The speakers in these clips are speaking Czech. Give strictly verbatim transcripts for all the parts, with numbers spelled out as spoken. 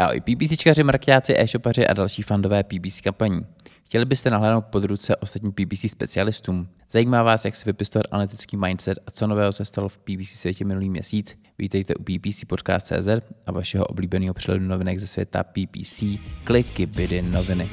Ahoj PPCčkaři, marketáci, e-shopaři a další fandové P P C kampaní. Chtěli byste nahlédnout pod ruce ostatním P P C specialistům? Zajímá vás, jak si vypěstovat analytický mindset a co nového se stalo v P P C světě minulý měsíc? Vítejte u P P C podcast tečka cé zet a vašeho oblíbeného přehledu novinek ze světa P P C, kliky, bidy, noviny.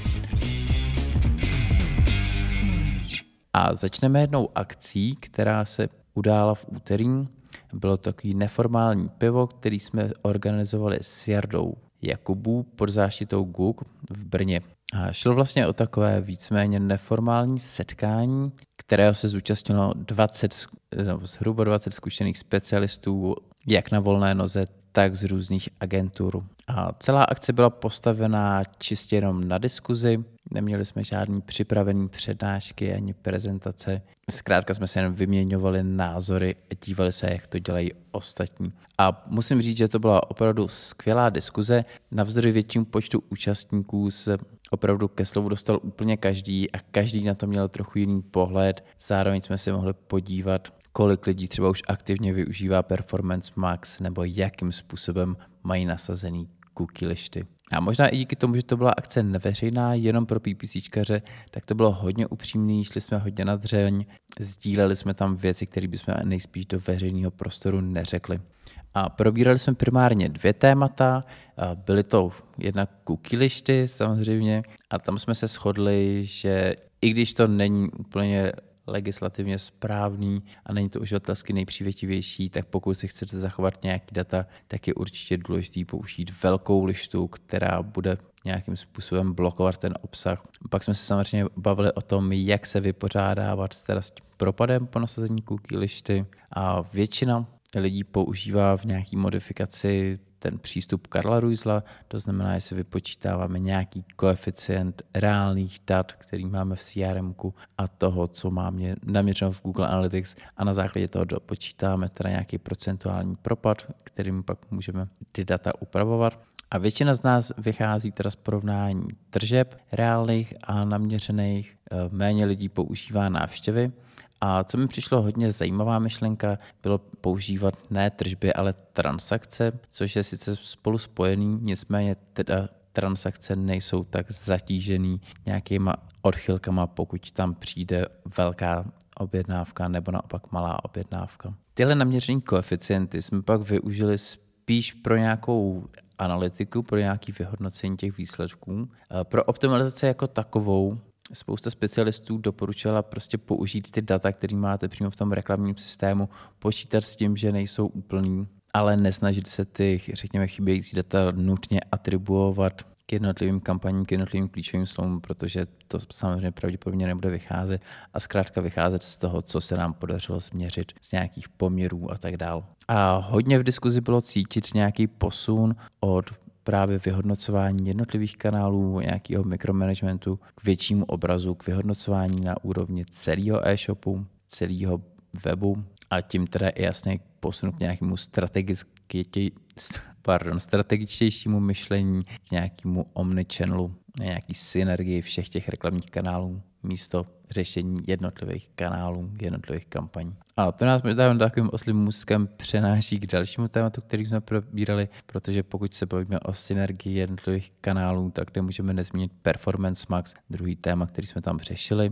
A začneme jednou akcí, která se udála v úterý. Bylo to takový neformální pivo, který jsme organizovali s Jardou Jakubů pod záštitou Guk v Brně. A šlo vlastně o takové víceméně neformální setkání, kterého se zúčastnilo dvacet, no, zhruba dvacet zkušených specialistů, jak na volné noze, tak z různých agentur. A celá akce byla postavená čistě jenom na diskuzi, neměli jsme žádný připravený přednášky ani prezentace. Zkrátka jsme se jen vyměňovali názory a dívali se, jak to dělají ostatní. A musím říct, že to byla opravdu skvělá diskuze. Navzdory většímu počtu účastníků se opravdu ke slovu dostal úplně každý a každý na to měl trochu jiný pohled. Zároveň jsme se mohli podívat, kolik lidí třeba už aktivně využívá Performance Max nebo jakým způsobem mají nasazený cookie lišty. A možná i díky tomu, že to byla akce neveřejná, jenom pro PPCčkaře, tak to bylo hodně upřímný, šli jsme hodně na dřeň, sdíleli jsme tam věci, které bychom nejspíš do veřejného prostoru neřekli. A probírali jsme primárně dvě témata, byly to jednak cookie lišty samozřejmě a tam jsme se shodli, že i když to není úplně legislativně správný a není to uživatelsky nejpřívětivější, tak pokud si chcete zachovat nějaký data, tak je určitě důležité použít velkou lištu, která bude nějakým způsobem blokovat ten obsah. Pak jsme se samozřejmě bavili o tom, jak se vypořádávat teda s tím propadem po nasazení cookie lišty a většina lidí používá v nějaký modifikaci ten přístup Karla Ruizla, to znamená, že si vypočítáváme nějaký koeficient reálných dat, který máme v C R M ku a toho, co máme naměřeno v Google Analytics a na základě toho dopočítáme teda nějaký procentuální propad, kterým pak můžeme ty data upravovat. A většina z nás vychází teda z porovnání tržeb reálných a naměřených, méně lidí používá návštěvy. A co mi přišlo hodně zajímavá myšlenka, bylo používat ne tržby, ale transakce, což je sice spolu spojený, nicméně teda transakce nejsou tak zatížený nějakýma odchylkama, pokud tam přijde velká objednávka nebo naopak malá objednávka. Tyhle naměřené koeficienty jsme pak využili spíš pro nějakou analytiku, pro nějaké vyhodnocení těch výsledků. Pro optimalizaci jako takovou spousta specialistů doporučila prostě použít ty data, které máte přímo v tom reklamním systému, počítat s tím, že nejsou úplný, ale nesnažit se ty, řekněme, chybějící data nutně atribuovat k jednotlivým kampaním, k jednotlivým klíčovým slovům, protože to samozřejmě pravděpodobně nebude vycházet a zkrátka vycházet z toho, co se nám podařilo změřit, z nějakých poměrů a tak dál. A hodně v diskuzi bylo cítit nějaký posun od právě vyhodnocování jednotlivých kanálů, nějakého mikromanagementu k většímu obrazu, k vyhodnocování na úrovni celého e-shopu, celého webu a tím teda i jasně posun k nějakému strategicky, pardon, strategičtějšímu myšlení, k nějakému omnichannelu, nějaký synergii všech těch reklamních kanálů místo řešení jednotlivých kanálů, jednotlivých kampaní. A to nás možná takovým oslým můstkem přenáší k dalšímu tématu, který jsme probírali, protože pokud se bavíme o synergii jednotlivých kanálů, tak nemůžeme nezmínit Performance Max, druhý téma, který jsme tam řešili.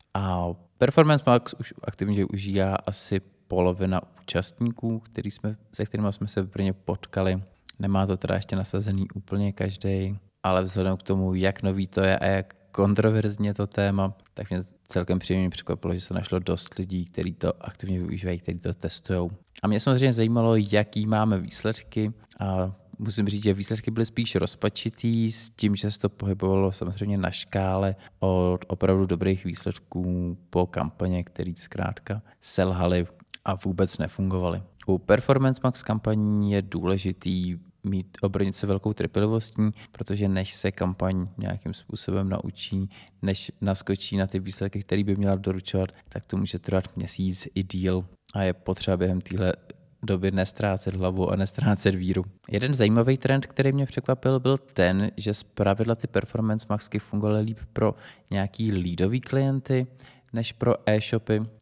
A Performance Max už aktivně užívá asi polovina účastníků, který jsme, se kterými jsme se v Brně potkali. Nemá to teda ještě nasazený úplně každý, ale vzhledem k tomu, jak nový to je a jak kontroverzně to téma, tak mě celkem příjemně překvapilo, že se našlo dost lidí, kteří to aktivně využívají, kteří to testují. A mě samozřejmě zajímalo, jaký máme výsledky a musím říct, že výsledky byly spíš rozpačitý s tím, že se to pohybovalo samozřejmě na škále od opravdu dobrých výsledků po kampaně, které zkrátka selhaly a vůbec nefungovaly. U Performance Max kampaní je důležitý mít obrnit se velkou trpělivostí, protože než se kampaň nějakým způsobem naučí, než naskočí na ty výsledky, které by měla doručovat, tak to může trvat měsíc i díl a je potřeba během téhle doby nestrácet hlavu a nestrácet víru. Jeden zajímavý trend, který mě překvapil, byl ten, že zpravidla ty Performance Maxky fungovaly líp pro nějaký leadový klienty, než pro e-shopy.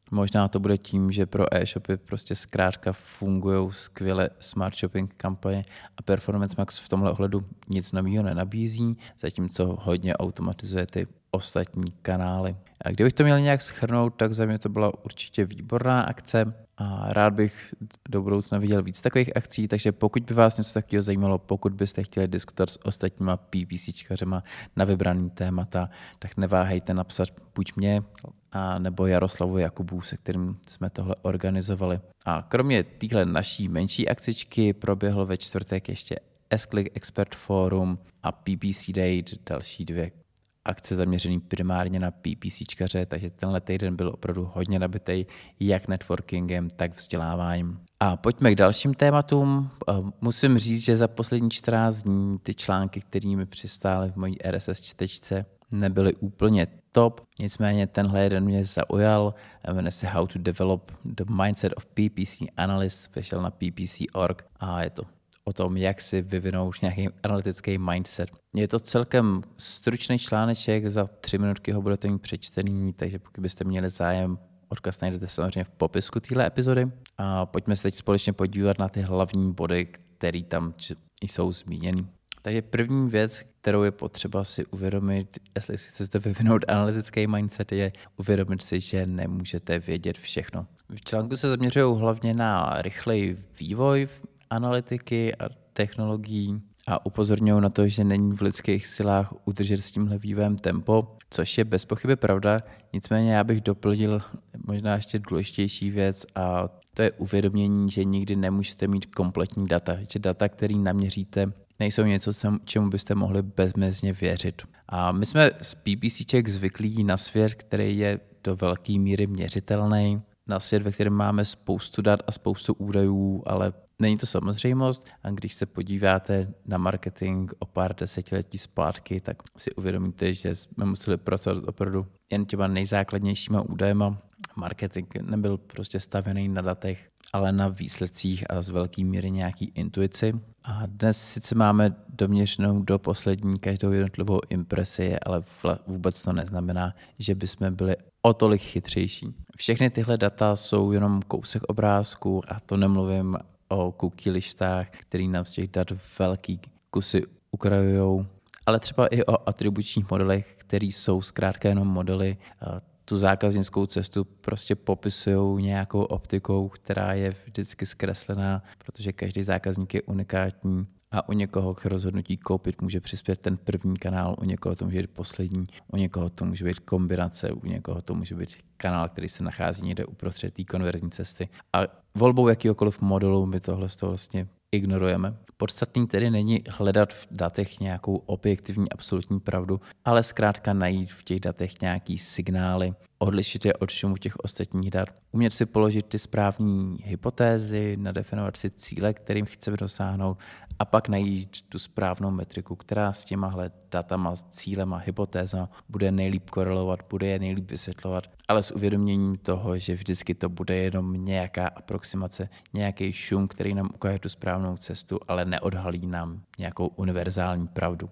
Možná to bude tím, že pro e-shopy prostě zkrátka fungují skvěle smart shopping kampaně a Performance Max v tomhle ohledu nic nového nenabízí, zatímco hodně automatizuje ty ostatní kanály. A kdybych to měl nějak shrnout, tak za mě to byla určitě výborná akce a rád bych do budoucna viděl víc takových akcí, takže pokud by vás něco takového zajímalo, pokud byste chtěli diskutovat s ostatníma PPCčkařema na vybraný témata, tak neváhejte napsat buď mě, a nebo Jaroslavu Jakubu, se kterým jsme tohle organizovali. A kromě téhle naší menší akcičky proběhlo ve čtvrtek ještě S-Click Expert Forum a P P C Date, další dvě akce zaměřený primárně na PPCčkaře, takže tenhle týden byl opravdu hodně nabitej jak networkingem, tak vzděláváním. A pojďme k dalším tématům. Musím říct, že za poslední čtrnáct dní ty články, které mi přistály v mojí R S S čtečce, nebyly úplně top, nicméně tenhle jeden mě zaujal, jmenuje se How to Develop the Mindset of P P C Analyst, vyšel na P P C tečka org a je to o tom, jak si vyvinout nějaký analytický mindset. Je to celkem stručný článeček, za tři minutky ho budete mít přečtený, takže pokud byste měli zájem, odkaz najdete samozřejmě v popisku téhle epizody. A pojďme se teď společně podívat na ty hlavní body, které tam jsou zmíněny. Takže první věc, kterou je potřeba si uvědomit, jestli si chcete vyvinout analytický mindset, je uvědomit si, že nemůžete vědět všechno. V článku se zaměřují hlavně na rychlej vývoj analytiky a technologií a upozorňují na to, že není v lidských silách udržet s tímhle vývojem tempo, což je bez pochyby pravda. Nicméně já bych doplnil možná ještě důležitější věc a to je uvědomění, že nikdy nemůžete mít kompletní data, že data, které naměříte, nejsou něco, čemu byste mohli bezmezně věřit. A my jsme z PPCček zvyklí na svět, který je do velké míry měřitelný, na svět, ve kterém máme spoustu dat a spoustu údajů, ale není to samozřejmost a když se podíváte na marketing o pár desetiletí zpátky, tak si uvědomíte, že jsme museli pracovat opravdu jen těma nejzákladnějšíma údajema. Marketing nebyl prostě stavěný na datech, ale na výsledcích a z velké míry nějaký intuici. A dnes sice máme doměřenou do poslední každou jednotlivou impresi, ale vůbec to neznamená, že bychom byli o tolik chytřejší. Všechny tyhle data jsou jenom kousek obrázku a to nemluvím o cookie lištách, který nám z těch dat velký kusy ukrajujou, ale třeba i o atribučních modelech, které jsou zkrátka jenom modely. Tu zákaznickou cestu prostě popisují nějakou optikou, která je vždycky zkreslená, protože každý zákazník je unikátní a u někoho k rozhodnutí koupit může přispět ten první kanál, u někoho to může být poslední, u někoho to může být kombinace, u někoho to může být kanál, který se nachází někde uprostřed té konverzní cesty. A volbou jakýhokoliv modelu my tohle z toho vlastně ignorujeme. Podstatný tedy není hledat v datech nějakou objektivní absolutní pravdu, ale zkrátka najít v těch datech nějaký signály, odlišit je od šumu těch ostatních dat, umět si položit ty správné hypotézy, nadefinovat si cíle, kterým chceme dosáhnout a pak najít tu správnou metriku, která s těmahle datama, cílema, hypotézama bude nejlíp korelovat, bude je nejlíp vysvětlovat, ale s uvědoměním toho, že vždycky to bude jenom nějaká aproximace, nějaký šum, který nám ukáže tu správnou cestu, ale neodhalí nám nějakou univerzální pravdu.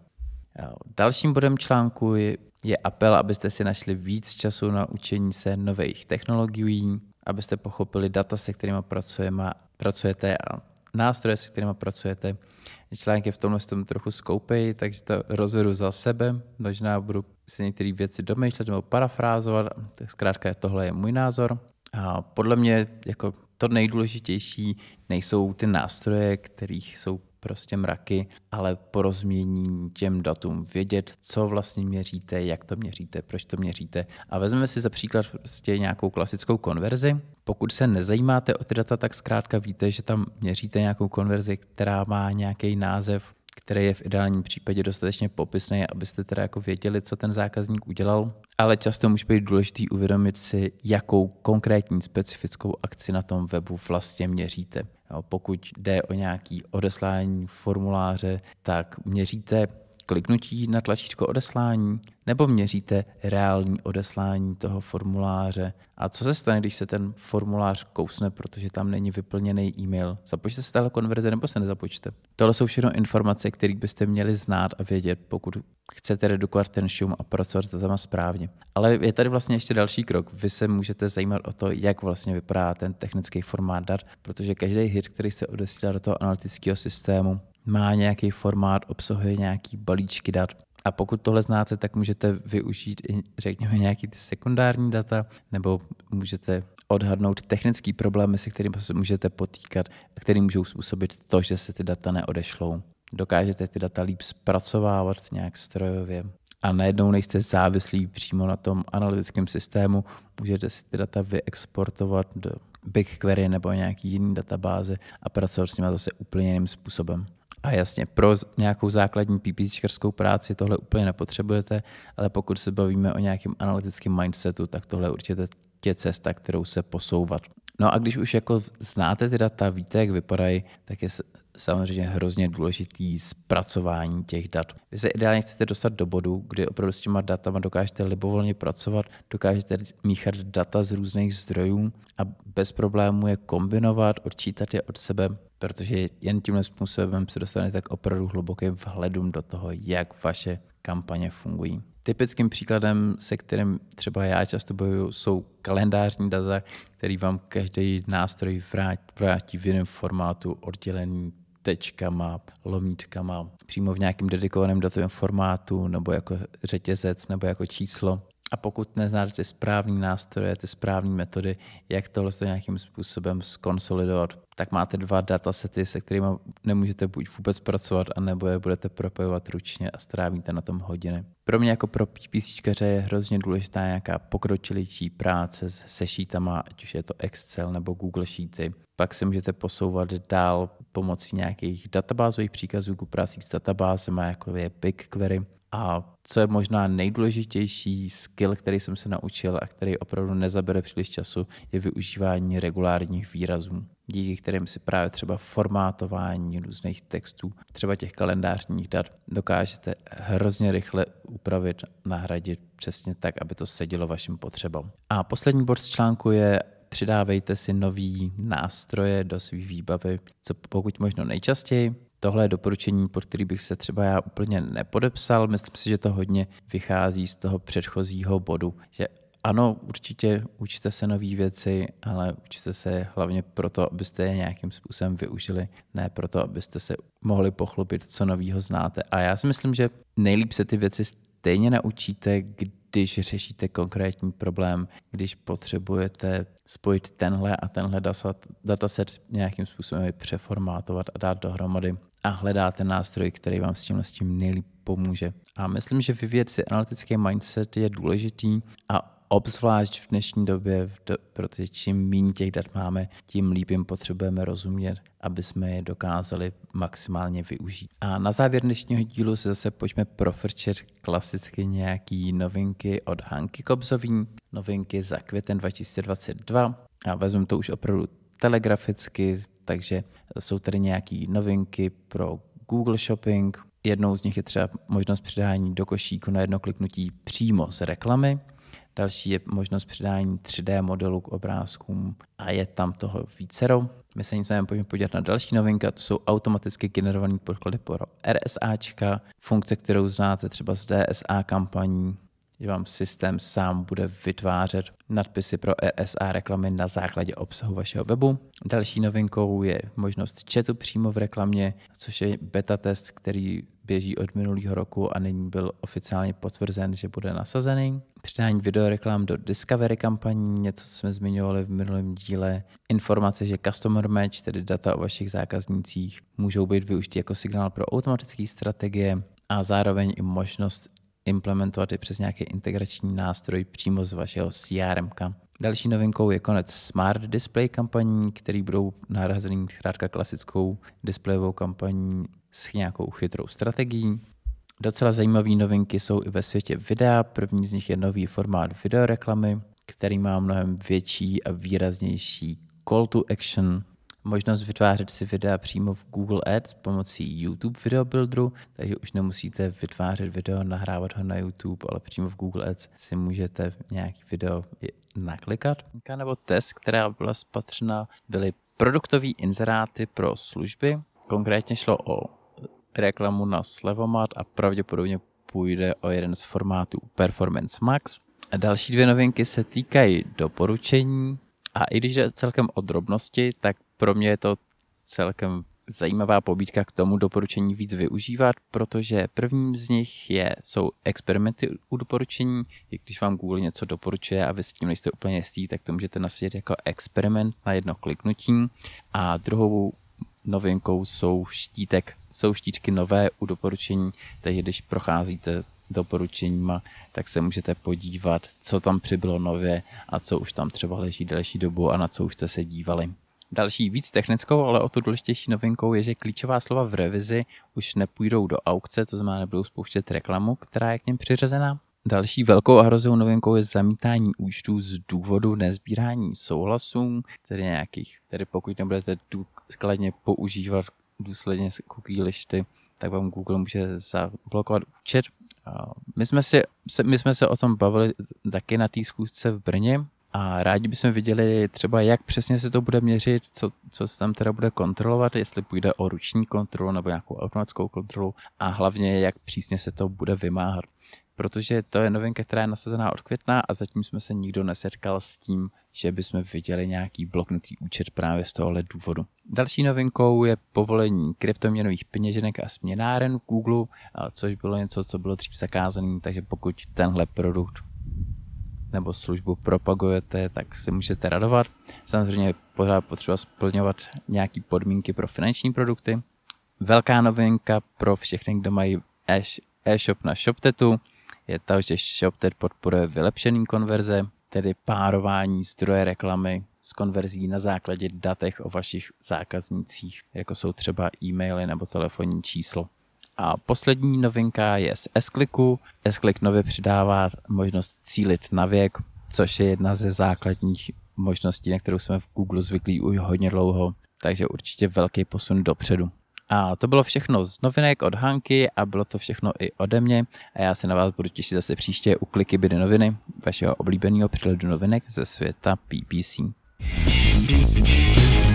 Dalším bodem článku je, je apel, abyste si našli víc času na učení se nových technologií, abyste pochopili data, se kterými pracujeme, pracujete a nástroje, se kterými pracujete. Článek je v tomhle tom trochu skoupej, takže to rozvedu za sebe. Možná budu si některé věci domýšlet nebo parafrázovat, tak zkrátka tohle je můj názor. A podle mě jako to nejdůležitější nejsou ty nástroje, kterých jsou prostě mraky, ale porozumění těm datům, vědět, co vlastně měříte, jak to měříte, proč to měříte. A vezmeme si za příklad prostě nějakou klasickou konverzi. Pokud se nezajímáte o ty data, tak zkrátka víte, že tam měříte nějakou konverzi, která má nějaký název, který je v ideálním případě dostatečně popisný, abyste teda jako věděli, co ten zákazník udělal. Ale často může být důležitý uvědomit si, jakou konkrétní specifickou akci na tom webu vlastně měříte. Jo, pokud jde o nějaké odeslání formuláře, tak měříte kliknutí na tlačítko odeslání, nebo měříte reální odeslání toho formuláře. A co se stane, když se ten formulář kousne, protože tam není vyplněný e-mail? Započte se tahle konverze nebo se nezapočte? Tohle jsou všechno informace, které byste měli znát a vědět, pokud chcete redukovat ten šum a pracovat s datama správně. Ale je tady vlastně ještě další krok. Vy se můžete zajímat o to, jak vlastně vypadá ten technický formát dat, protože každý hit, který se odesílá do toho analytického systému, má nějaký formát, obsahuje nějaký balíčky dat. A pokud tohle znáte, tak můžete využít i, řekněme, nějaký ty sekundární data, nebo můžete odhadnout technický problémy, se kterými se můžete potýkat a který můžou způsobit to, že se ty data neodešlou. Dokážete ty data líp zpracovávat nějak strojově a najednou nejste závislí přímo na tom analytickém systému, můžete si ty data vyexportovat do BigQuery nebo nějaký jiný databáze a pracovat s nimi zase úplně jiným způsobem. A jasně, pro nějakou základní PPCčkarskou práci tohle úplně nepotřebujete, ale pokud se bavíme o nějakém analytickém mindsetu, tak tohle je určitě je cesta, kterou se posouvat. No a když už jako znáte ty data, víte, jak vypadají, tak je samozřejmě hrozně důležitý zpracování těch dat. Vy se ideálně chcete dostat do bodu, kdy opravdu s těma datama dokážete libovolně pracovat, dokážete míchat data z různých zdrojů a bez problémů je kombinovat, odčítat je od sebe, protože jen tímhle způsobem se dostanete tak opravdu hlubokým vhledům do toho, jak vaše kampaně fungují. Typickým příkladem, se kterým třeba já často bojuju, jsou kalendářní data, který vám každý nástroj vrátí v jiném formátu, oddělený tečkama, lomíčkama, přímo v nějakém dedikovaném datovém formátu, nebo jako řetězec, nebo jako číslo. A pokud neznáte ty správný nástroje, ty správné metody, jak tohle nějakým způsobem skonsolidovat, tak máte dva datasety, se kterými nemůžete buď vůbec pracovat, anebo je budete propojovat ručně a strávíte na tom hodiny. Pro mě jako pro PPCčkaře je hrozně důležitá nějaká pokročilejší práce se sheetama, ať už je to Excel nebo Google Sheety. Pak se můžete posouvat dál pomocí nějakých databázových příkazů k práci s databázema, jako je BigQuery. A co je možná nejdůležitější skill, který jsem se naučil a který opravdu nezabere příliš času, je využívání regulárních výrazů, díky kterým si právě třeba formátování různých textů, třeba těch kalendářních dat, dokážete hrozně rychle upravit, nahradit přesně tak, aby to sedělo vašim potřebám. A poslední bod z článku je: přidávejte si nový nástroje do své výbavy, co pokud možno nejčastěji. Tohle je doporučení, pod který bych se třeba já úplně nepodepsal. Myslím si, že to hodně vychází z toho předchozího bodu, že ano, určitě učte se nové věci, ale učte se hlavně proto, abyste je nějakým způsobem využili, ne proto, abyste se mohli pochlubit, co novýho znáte. A já si myslím, že nejlíp se ty věci stejně naučíte, když řešíte konkrétní problém, když potřebujete spojit tenhle a tenhle dataset nějakým způsobem přeformátovat a dát dohromady a hledáte nástroj, který vám s tímhle s tím nejlíp pomůže. A myslím, že vyvíjet si analytický mindset je důležitý a obzvlášť v dnešní době, protože čím méně těch dat máme, tím líp jim potřebujeme rozumět, aby jsme je dokázali maximálně využít. A na závěr dnešního dílu se zase pojďme profrčet klasicky nějaký novinky od Hanky Kobzový, novinky za květen dva tisíce dvacet dva. A vezmu to už opravdu telegraficky, takže jsou tady nějaké novinky pro Google Shopping. Jednou z nich je třeba možnost přidání do košíku na jedno kliknutí přímo z reklamy. Další je možnost přidání tři dé modelu k obrázkům a je tam toho vícero. My se nicméně pojďme podívat na další novinka, to jsou automaticky generované podklady pro RSAčka, funkce, kterou znáte třeba z D S A kampaní, že vám systém sám bude vytvářet nadpisy pro R S A reklamy na základě obsahu vašeho webu. Další novinkou je možnost chatu přímo v reklamě, což je beta test, který běží od minulého roku a nyní byl oficiálně potvrzen, že bude nasazený. Přidání videoreklam do Discovery kampaní, něco, co jsme zmiňovali v minulém díle. Informace, že Customer Match, tedy data o vašich zákaznících, můžou být využity jako signál pro automatické strategie a zároveň i možnost implementovat i přes nějaký integrační nástroj přímo z vašeho C R M ka. Další novinkou je konec Smart Display kampaní, které budou nahrazený zkrátka klasickou displejovou kampaní s nějakou chytrou strategií. Docela zajímavé novinky jsou i ve světě videa. První z nich je nový formát videoreklamy, který má mnohem větší a výraznější call to action. možnost vytvářet si videa přímo v Google Ads pomocí YouTube Video Builderu, takže už nemusíte vytvářet video, nahrávat ho na YouTube, ale přímo v Google Ads si můžete nějaký video naklikat. Nebo test, která byla spatřena, byly produktový inzeráty pro služby. Konkrétně šlo o reklamu na Slevomat a pravděpodobně půjde o jeden z formátů Performance Max. A další dvě novinky se týkají doporučení a i když je celkem o drobnosti, tak pro mě je to celkem zajímavá pobídka k tomu doporučení víc využívat, protože prvním z nich je, jsou experimenty u doporučení. Když vám Google něco doporučuje a vy s tím nejste úplně jistí, tak to můžete nasadit jako experiment na jedno kliknutí. A druhou novinkou jsou štítek, jsou štíčky nové u doporučení, takže když procházíte doporučeníma, tak se můžete podívat, co tam přibylo nově a co už tam třeba leží delší dobu a na co už jste se dívali. Další víc technickou, ale o to důležitější novinkou je, že klíčová slova v revizi už nepůjdou do aukce, to znamená nebudou spouštět reklamu, která je k něm přiřazená. Další velkou a hrozivou novinkou je zamítání účtů z důvodu nezbírání souhlasů, tedy nějakých, tedy pokud nebudete důkladně používat důsledně cookie listy, tak vám Google může zablokovat účet. My jsme, si, my jsme se o tom bavili taky na té schůzce v Brně a rádi bychom viděli třeba, jak přesně se to bude měřit, co, co se tam teda bude kontrolovat, jestli půjde o ruční kontrolu nebo nějakou automatickou kontrolu a hlavně, jak přísně se to bude vymáhat. Protože to je novinka, která je nasazená od května a zatím jsme se nikdo nesetkal s tím, že bychom viděli nějaký bloknutý účet právě z tohohle důvodu. Další novinkou je povolení kryptoměnových peněženek a směnáren v Google, což bylo něco, co bylo dřív zakázané, takže pokud tenhle produkt nebo službu propagujete, tak se můžete radovat. Samozřejmě pořád potřeba splňovat nějaké podmínky pro finanční produkty. Velká novinka pro všechny, kdo mají e-shop na ShopTetu, je to, že ShopTet podporuje vylepšený konverze, tedy párování zdroje reklamy s konverzí na základě datech o vašich zákaznících, jako jsou třeba e-maily nebo telefonní číslo. A poslední novinka je z S-Clicku. S-Click nově přidává možnost cílit na věk, což je jedna ze základních možností, na kterou jsme v Google zvyklí už hodně dlouho, takže určitě velký posun dopředu. A to bylo všechno z novinek od Hanky a bylo to všechno i ode mě a já se na vás budu těšit zase příště u Kliky Bydy noviny, vašeho oblíbeného přehledu novinek ze světa P P C.